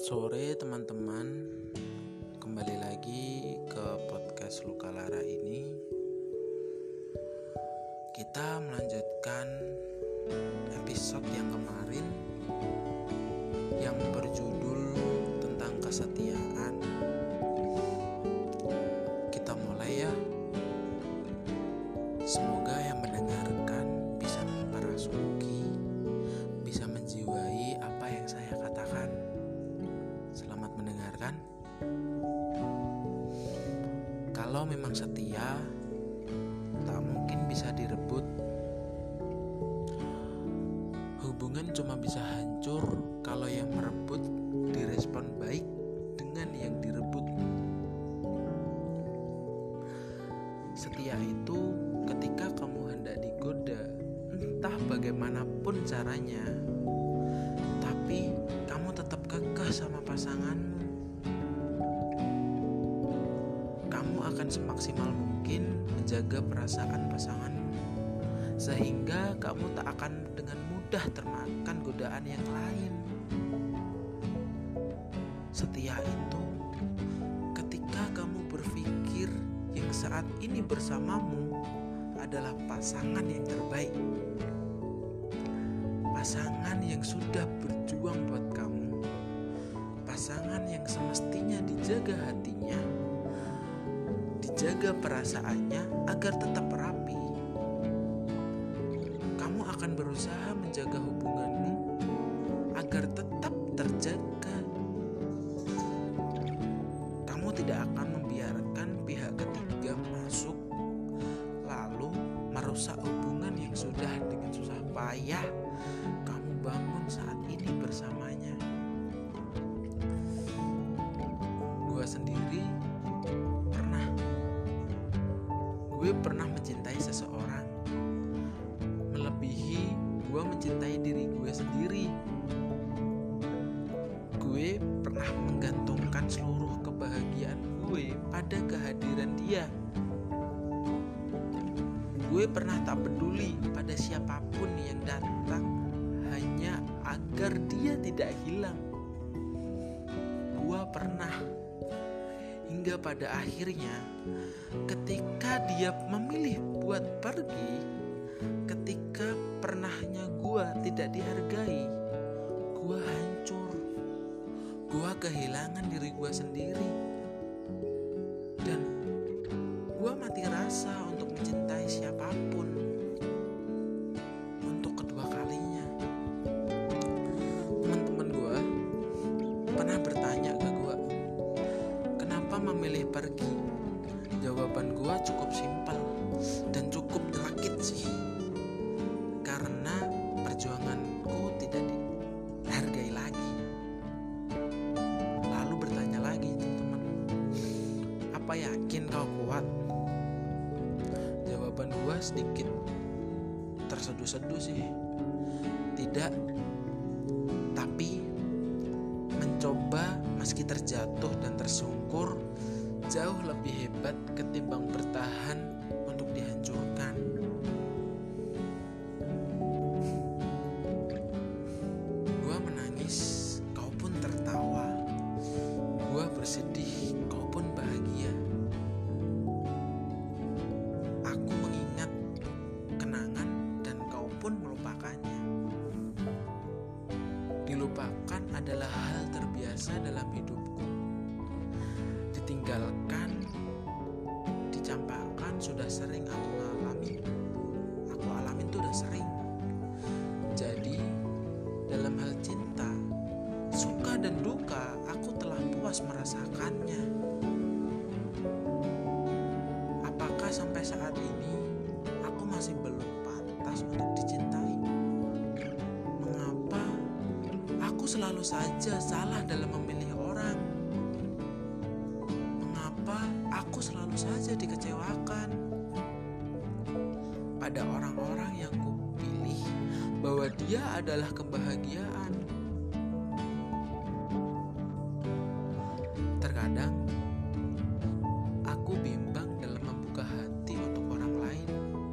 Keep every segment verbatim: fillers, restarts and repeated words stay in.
Sore teman-teman, kembali lagi ke podcast Luka Lara ini. Kita melanjutkan episode yang kemarin yang berjudul tentang kesetiaan. Kita mulai ya. Semoga yang mendengarkan bisa memperasuki, bisa menjiwai apa yang saya katakan. Selamat mendengarkan. Kalau memang setia, tak mungkin bisa direbut. Hubungan cuma bisa hancur kalau yang merebut direspon baik dengan yang direbut. Setia itu ketika kamu hendak digoda, entah bagaimanapun caranya, tapi kamu tetap kekeh sama pasanganmu. Kamu akan semaksimal mungkin menjaga perasaan pasanganmu, sehingga kamu tak akan dengan mudah termakan godaan yang lain. Setia itu ketika kamu berpikir yang saat ini bersamamu adalah pasangan yang terbaik, pasangan yang sudah berjuang buat kamu, pasangan yang semestinya dijaga hatinya, dijaga perasaannya agar tetap rapi. Kamu akan berusaha menjaga hubunganmu agar tetap terjaga. Kamu tidak akan membiarkan pihak ketiga masuk lalu merusak hubungan yang sudah dengan susah payah kamu bangun saat ini bersamanya. Gue sendiri pernah Gue pernah mencintai seseorang melebihi gue mencintai diri gue sendiri. Gue pernah menggantungkan seluruh kebahagiaan gue pada kehadiran dia. Gue pernah tak peduli pada siapapun yang datang hanya agar dia tidak hilang. Gue pernah hingga pada akhirnya ketika dia memilih buat pergi, ketika pernahnya gue tidak dihargai, gue hancur. Gue kehilangan diri gue sendiri. Dan gue mati rasa untuk mencintai siapapun untuk kedua kalinya. Teman-teman gue pernah bertanya ke gue, kenapa memilih pergi? Jawaban gue cukup simpel dan cukup rakit sih. Karena perjuanganku tidak dihargai lagi. Lalu bertanya lagi teman-teman, apa yakin kau kuat? Jawaban gue sedikit terseduh-seduh sih. Tidak, tapi mencoba meski terjatuh dan tersungkur jauh lebih hebat ketimbang bertahan untuk dihancurkan. Gua menangis, kau pun tertawa. Gua bersedih, kau pun bahagia. Aku mengingat kenangan dan kau pun melupakannya. Dilupakan adalah hal terbiasa dalam hidupku. Ditinggalkan, dicampakkan sudah sering aku alami. Aku alamin tuh udah sering. Jadi dalam hal cinta, suka dan duka, aku telah puas merasakannya. Apakah sampai saat ini aku masih belum pantas untuk dicintai? Mengapa aku selalu saja salah dalam memilih orang? Aku selalu saja dikecewakan pada orang-orang yang kupilih bahwa dia adalah kebahagiaan. Terkadang aku bimbang dalam membuka hati untuk orang lain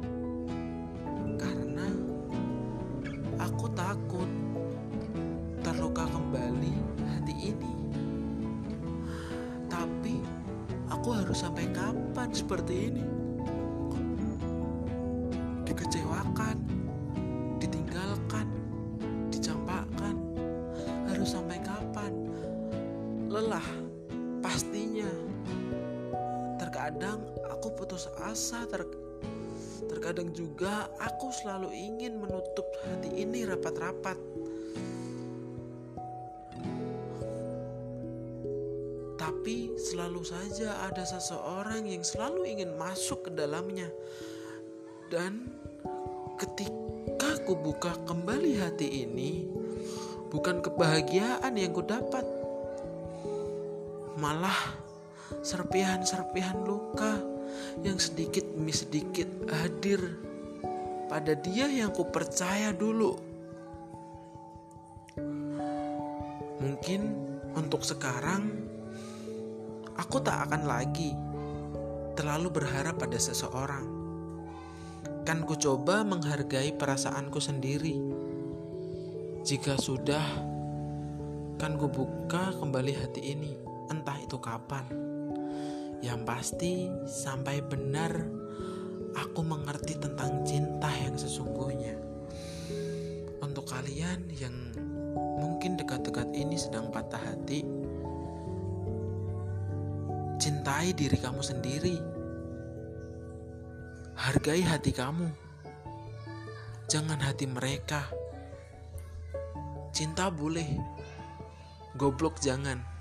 karena aku takut terluka kembali hati ini. seperti ini. Dikecewakan, ditinggalkan, dicampakkan. Harus sampai kapan? Lelah pastinya. Terkadang aku putus asa, ter terkadang juga aku selalu ingin menutup hati ini rapat-rapat. Tapi selalu saja ada seseorang yang selalu ingin masuk ke dalamnya. Dan ketika ku buka kembali hati ini, bukan kebahagiaan yang ku dapat, malah serpihan-serpihan luka yang sedikit demi sedikit hadir pada dia yang ku percaya dulu. Mungkin untuk sekarang aku tak akan lagi terlalu berharap pada seseorang. Kan ku coba menghargai perasaanku sendiri. Jika sudah, kan ku buka kembali hati ini, entah itu kapan. Yang pasti sampai benar aku mengerti tentang cinta yang sesungguhnya. Untuk kalian yang mungkin dekat-dekat ini sedang patah hati, cintai diri kamu sendiri. Hargai hati kamu, jangan hati mereka. Cinta boleh, goblok jangan.